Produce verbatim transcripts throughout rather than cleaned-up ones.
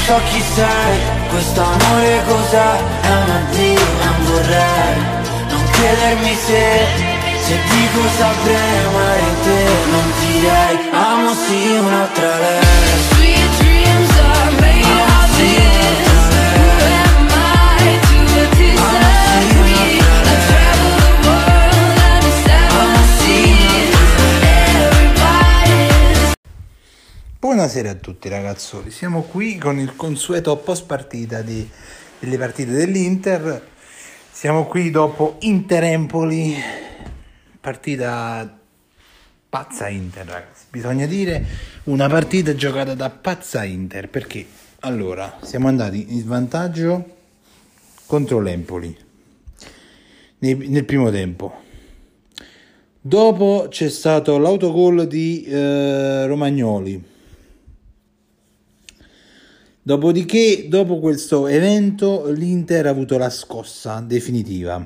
so chi sei, questo amore cos'è? È un addio, è un vorrei. Non credermi se, se dico saprei amare te. Non direi, amo sì un'altra lei. Sweet dreams are made of this. Who am I to disagree? I travel the world and the seven seas. Everybody's. Buonasera a tutti ragazzoli, siamo qui con il consueto post partita di, delle partite dell'Inter. Siamo qui dopo Inter-Empoli, partita pazza Inter ragazzi, bisogna dire una partita giocata da pazza Inter, perché allora siamo andati in svantaggio contro l'Empoli nel, nel primo tempo. Dopo c'è stato l'autogol di eh, Romagnoli. Dopodiché, dopo questo evento, l'Inter ha avuto la scossa definitiva.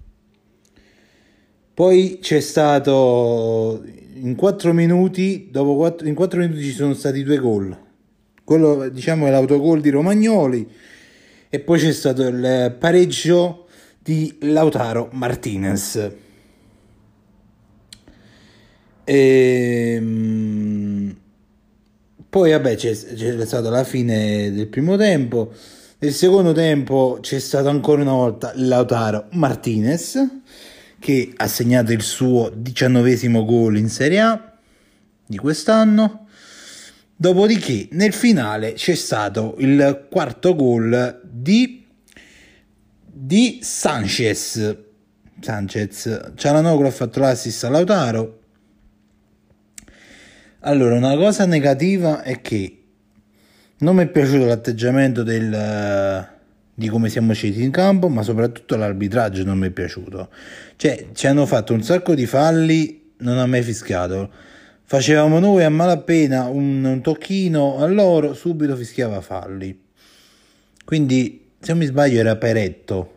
Poi c'è stato in quattro minuti, dopo quattro, in quattro minuti ci sono stati due gol. Quello, diciamo, è l'autogol di Romagnoli e poi c'è stato il pareggio di Lautaro Martinez. E poi vabbè c'è, c'è stata la fine del primo tempo. Nel secondo tempo c'è stato ancora una volta Lautaro Martinez che ha segnato il suo diciannovesimo gol in Serie A di quest'anno. Dopodiché nel finale c'è stato il quarto gol di, di Sanchez. Sanchez Cialanoglu ha fatto l'assist a Lautaro. Allora, una cosa negativa è che non mi è piaciuto l'atteggiamento del, di come siamo scesi in campo, ma soprattutto l'arbitraggio non mi è piaciuto. Cioè, ci hanno fatto un sacco di falli, non ha mai fischiato. Facevamo noi a malapena un, un tocchino a loro, subito fischiava falli. Quindi, se non mi sbaglio, era Peretto.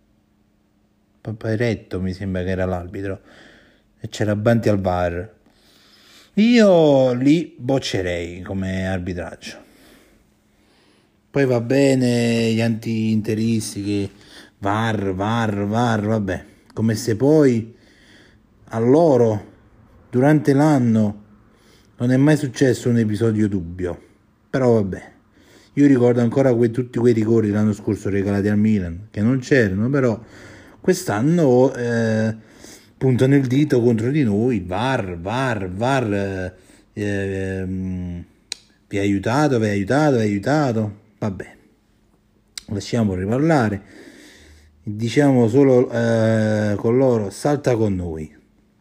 Peretto mi sembra che era l'arbitro. E c'era Banti al V A R. Io li boccerei come arbitraggio. Poi va bene gli anti-interisti che V A R, V A R, V A R, vabbè, come se poi a loro durante l'anno non è mai successo un episodio dubbio. Però vabbè, io ricordo ancora que- tutti quei rigori l'anno scorso regalati al Milan che non c'erano, però quest'anno eh, puntano il dito contro di noi. V A R, V A R, V A R, eh, eh, vi ha aiutato, vi ha aiutato, vi ha aiutato. Vabbè, lasciamo riparlare. Diciamo solo eh, con loro, salta con noi.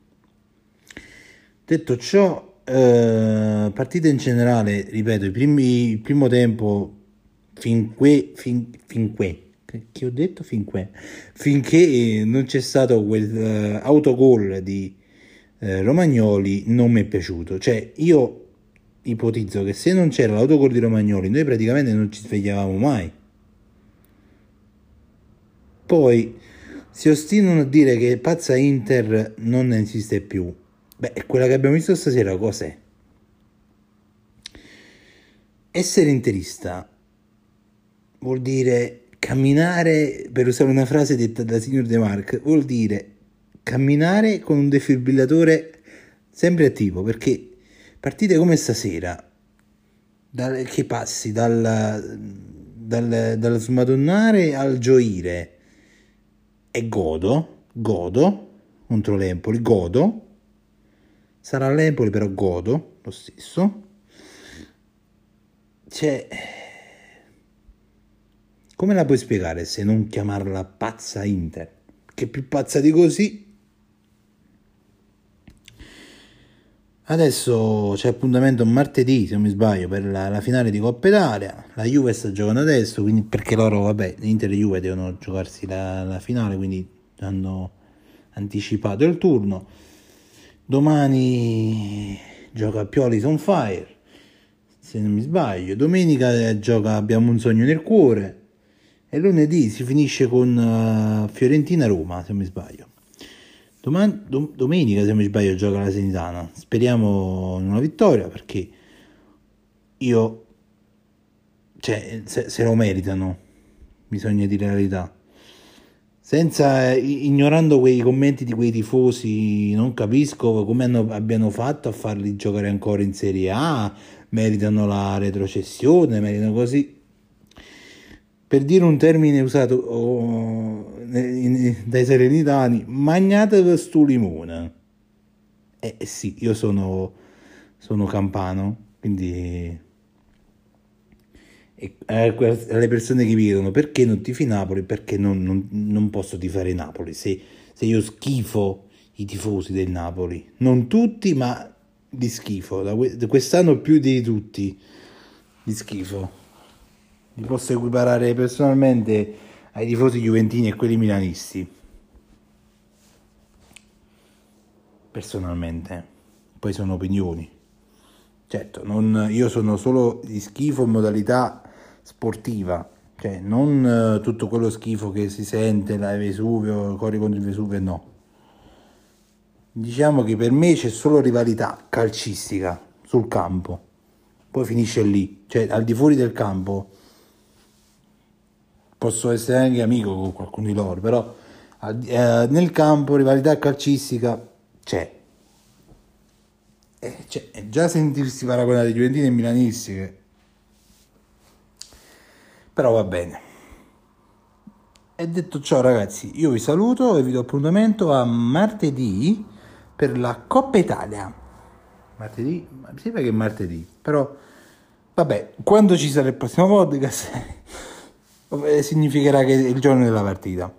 Detto ciò, eh, partita in generale, ripeto, i primi, il primo tempo fin que, fin, fin que, che ho detto fin que, finché non c'è stato quel uh, autogol di uh, Romagnoli non mi è piaciuto. Cioè io ipotizzo che se non c'era l'autogol di Romagnoli noi praticamente non ci svegliavamo mai. Poi si ostinano a dire che pazza Inter non esiste più. Beh, quella che abbiamo visto stasera cos'è? Essere interista vuol dire camminare, per usare una frase detta da signor De Marc, vuol dire camminare con un defibrillatore sempre attivo, perché partite come stasera, dal, che passi dal, dal, dal smadonnare al gioire, e godo, godo, contro l'Empoli, godo, sarà l'Empoli però godo, lo stesso, cioè... Come la puoi spiegare se non chiamarla pazza Inter? Che più pazza di così? Adesso c'è appuntamento martedì, se non mi sbaglio, per la, la finale di Coppa Italia. La Juve sta giocando adesso, quindi perché loro, vabbè, Inter e Juve devono giocarsi la, la finale, quindi hanno anticipato il turno. Domani gioca Pioli on Fire, se non mi sbaglio. Domenica gioca Abbiamo un sogno nel cuore. E lunedì si finisce con uh, Fiorentina-Roma, se non mi sbaglio. Doman- dom- domenica, se non mi sbaglio, gioca la Sanitana. Speriamo in una vittoria, perché io cioè, se, se lo meritano, bisogna dire la verità. Senza, ignorando quei commenti di quei tifosi, non capisco come hanno, abbiano fatto a farli giocare ancora in Serie A, meritano la retrocessione, meritano così. Per dire un termine usato oh, in, dai serenitani, magnatevi stu limone. Eh, eh sì, io sono, sono campano, quindi... E alle persone che mi chiedono perché non tifi Napoli, perché non, non, non posso tifare Napoli se, se io schifo i tifosi del Napoli, non tutti ma di schifo, da que- quest'anno più di tutti di schifo, li posso equiparare personalmente ai tifosi juventini e quelli milanisti personalmente, poi sono opinioni, certo, non, io sono solo di schifo in modalità sportiva, cioè non uh, tutto quello schifo che si sente, la Vesuvio, corri contro il Vesuvio, no. Diciamo che per me c'è solo rivalità calcistica sul campo, poi finisce lì, cioè al di fuori del campo posso essere anche amico con qualcuno di loro, però eh, nel campo rivalità calcistica c'è. Eh, cioè, già sentirsi paragonati Juventini e Milanisti che... però va bene. E detto ciò ragazzi, io vi saluto e vi do appuntamento a martedì per la Coppa Italia. Martedì? Mi sembra che è martedì, però vabbè, quando ci sarà il prossimo podcast significherà che è il giorno della partita.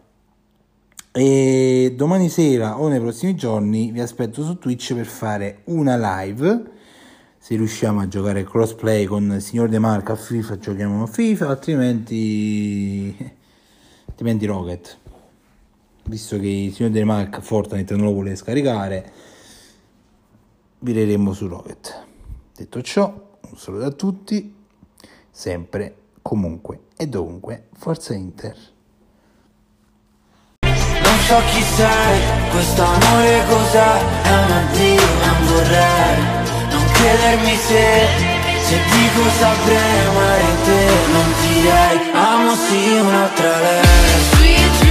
E domani sera o nei prossimi giorni vi aspetto su Twitch per fare una live, se riusciamo a giocare crossplay con il signor De Marco a FIFA giochiamo a FIFA, altrimenti altrimenti Rocket, visto che il signor De Marco Fortnite non lo vuole scaricare, vireremo su Rocket. Detto ciò, un saluto a tutti, sempre, comunque e dovunque, Forza Inter. Non so chi sei, questo amore cos'è, è un addio, non vorrei non chiedermi se, se dico saprei amare te, non direi amo sì un'altra lei. Sweet